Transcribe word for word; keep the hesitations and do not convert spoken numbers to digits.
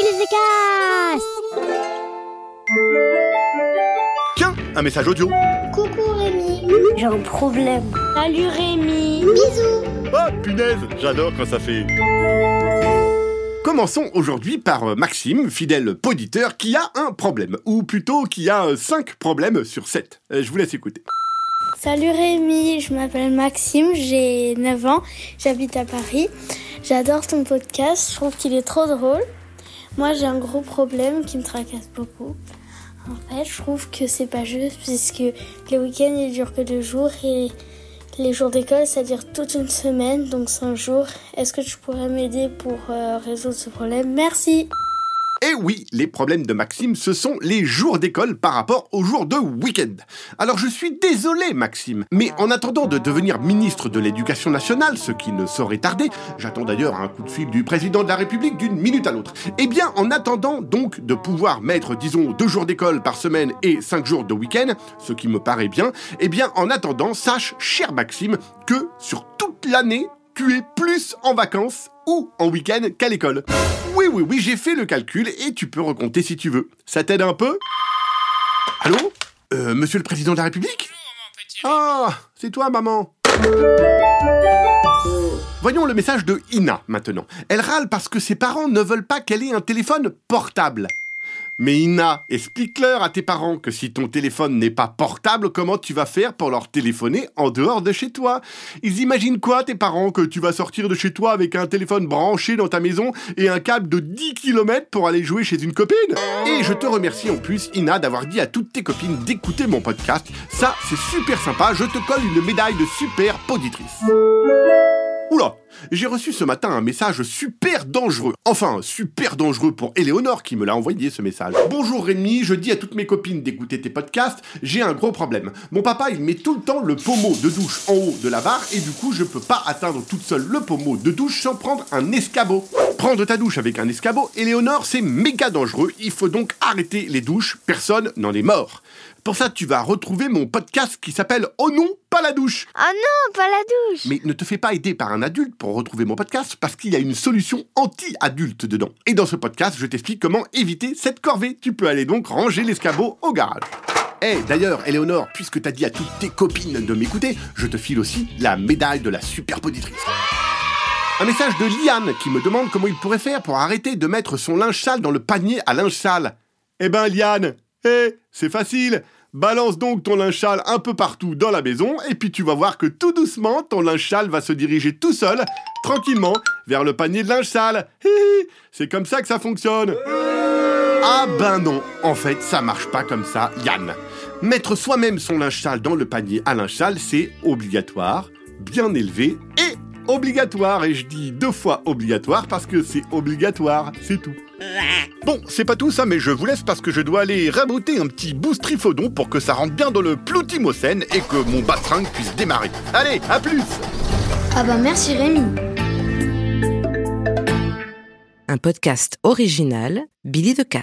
Billy the Cast. Tiens, un message audio. Coucou Rémi. J'ai un problème. Salut Rémi. Bisous. Oh punaise, j'adore quand ça fait... Commençons aujourd'hui par Maxime, fidèle poditeur, qui a un problème, ou plutôt qui a cinq problèmes sur sept. Je vous laisse écouter. Salut Rémi, je m'appelle Maxime, j'ai neuf ans, j'habite à Paris. J'adore ton podcast, je trouve qu'il est trop drôle. Moi j'ai un gros problème qui me tracasse beaucoup. En fait, je trouve que c'est pas juste puisque les week-ends ils durent que deux jours et les jours d'école ça dure toute une semaine, donc cinq jours. Est-ce que tu pourrais m'aider pour euh, résoudre ce problème ? Merci. Et oui, les problèmes de Maxime, ce sont les jours d'école par rapport aux jours de week-end. Alors je suis désolé Maxime, mais en attendant de devenir ministre de l'Éducation nationale, ce qui ne saurait tarder, j'attends d'ailleurs un coup de fil du président de la République d'une minute à l'autre, eh bien en attendant donc de pouvoir mettre, disons, deux jours d'école par semaine et cinq jours de week-end, ce qui me paraît bien, eh bien en attendant, sache, cher Maxime, que sur toute l'année, tu es plus en vacances ou en week-end qu'à l'école. Oui, oui, oui, j'ai fait le calcul et tu peux recompter si tu veux. Ça t'aide un peu ? Allô ? Euh, monsieur le président de la République ? Ah, c'est toi, maman. Voyons le message de Ina, maintenant. Elle râle parce que ses parents ne veulent pas qu'elle ait un téléphone portable. Mais Ina, explique-leur à tes parents que si ton téléphone n'est pas portable, comment tu vas faire pour leur téléphoner en dehors de chez toi ? Ils imaginent quoi, tes parents, que tu vas sortir de chez toi avec un téléphone branché dans ta maison et un câble de dix kilomètres pour aller jouer chez une copine ? Et je te remercie en plus, Ina, d'avoir dit à toutes tes copines d'écouter mon podcast. Ça, c'est super sympa, je te colle une médaille de super poditrice. Oula, j'ai reçu ce matin un message super dangereux. Enfin, super dangereux pour Éléonore qui me l'a envoyé ce message. Bonjour Rémi, je dis à toutes mes copines d'écouter tes podcasts, j'ai un gros problème. Mon papa, il met tout le temps le pommeau de douche en haut de la barre et du coup, je peux pas atteindre toute seule le pommeau de douche sans prendre un escabeau. Prendre ta douche avec un escabeau, Éléonore, c'est méga dangereux. Il faut donc arrêter les douches, personne n'en est mort. Pour ça, tu vas retrouver mon podcast qui s'appelle « Oh non, pas la douche !» Oh non, pas la douche. Mais ne te fais pas aider par un adulte pour retrouver mon podcast parce qu'il y a une solution anti-adulte dedans. Et dans ce podcast, je t'explique comment éviter cette corvée. Tu peux aller donc ranger l'escabeau au garage. Eh, hey, d'ailleurs, Éléonore, puisque t'as dit à toutes tes copines de m'écouter, je te file aussi la médaille de la super poditrice. Un message de Liane qui me demande comment il pourrait faire pour arrêter de mettre son linge sale dans le panier à linge sale. Eh ben, Liane, eh, hey, c'est facile. Balance donc ton linge sale un peu partout dans la maison et puis tu vas voir que tout doucement, ton linge sale va se diriger tout seul, tranquillement, vers le panier de linge sale. Hihi, c'est comme ça que ça fonctionne. Ah ben non, en fait, ça marche pas comme ça, Yann. Mettre soi-même son linge sale dans le panier à linge sale, c'est obligatoire, bien élevé et obligatoire. Et je dis deux fois obligatoire parce que c'est obligatoire, c'est tout. Bon, c'est pas tout ça, mais je vous laisse parce que je dois aller rabouter un petit boost trifodon pour que ça rentre bien dans le ploutimocène et que mon bastringue puisse démarrer. Allez, à plus. Ah bah merci Rémi. Un podcast original, Billy the Cast.